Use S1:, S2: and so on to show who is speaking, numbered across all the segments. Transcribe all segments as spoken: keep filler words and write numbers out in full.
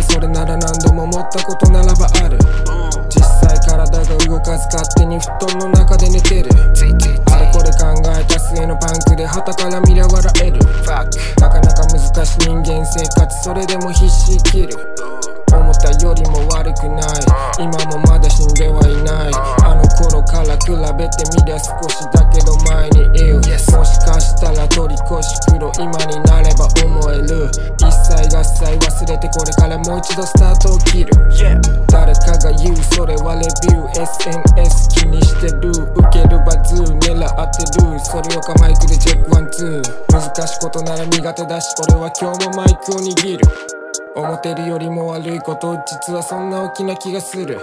S1: い、それなら何度も思ったことならばある。実際体が動かず勝手に布団の中で寝てる。あれこれ考えた末のパンクで旗から見りゃ笑える。なかなか難しい人間生活、それでも必死生きる。思ったよりも悪くない、今もまだ死んではいない。あの頃から比べてみりゃ少しだけど前にいる。もしかしたら取り越し苦労、今になれば思える。一切合切忘れてこれからもう一度スタートを切る。誰かが言うそれはレビュー、 エスエヌエス 気にしてる。受けるバズー狙ってる。それをかマイクでチェックワンツー。難しいことなら苦手だし、俺は今日もマイクを握る。思ってるよりも悪いこと、実はそんな大きな気がする。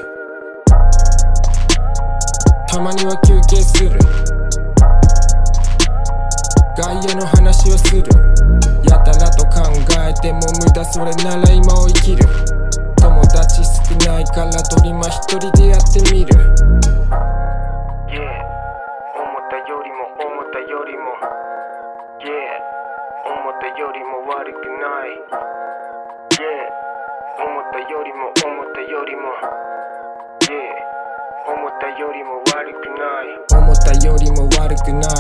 S1: たまには休憩する。外野の話をする。やたらと考えても無駄、それなら今を生きる。友達少ないからとりま一人でやってみる。 Yeah 思ったよりも思ったよりも Yeah 思ったよりも悪くない。Yeah 思ったよりも思ったよりも Yeah 思ったよりも悪くない。思ったよりも悪くない。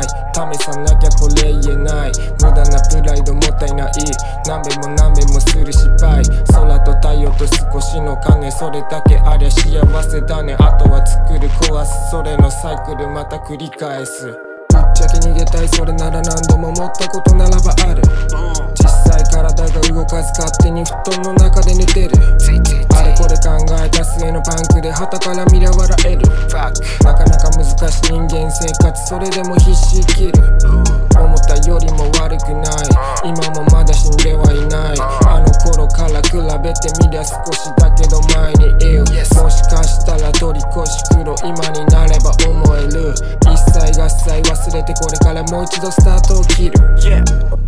S1: 試さなきゃこれ言えない。無駄なプライドもったいない。何べも何べもする失敗。空と太陽と少しの影、それだけありゃ幸せだね。あとは作る壊す、それのサイクルまた繰り返す。ぶっちゃけ逃げたい、それなら何度も思ったことならばある。実際体が動かず勝手に布団の中で寝てる。あれこれ考えた末のパンクで旗から見りゃ笑える。なかなか難しい人間生活、それでも必死生きる。思ったよりも悪くない、今もまだ死んではいない。あの頃から比べてみりゃ少しだけど前にいる。もしかしたら取り越し苦労、今になれば思える。一切合切忘れてこれからもう一度スタートを切る。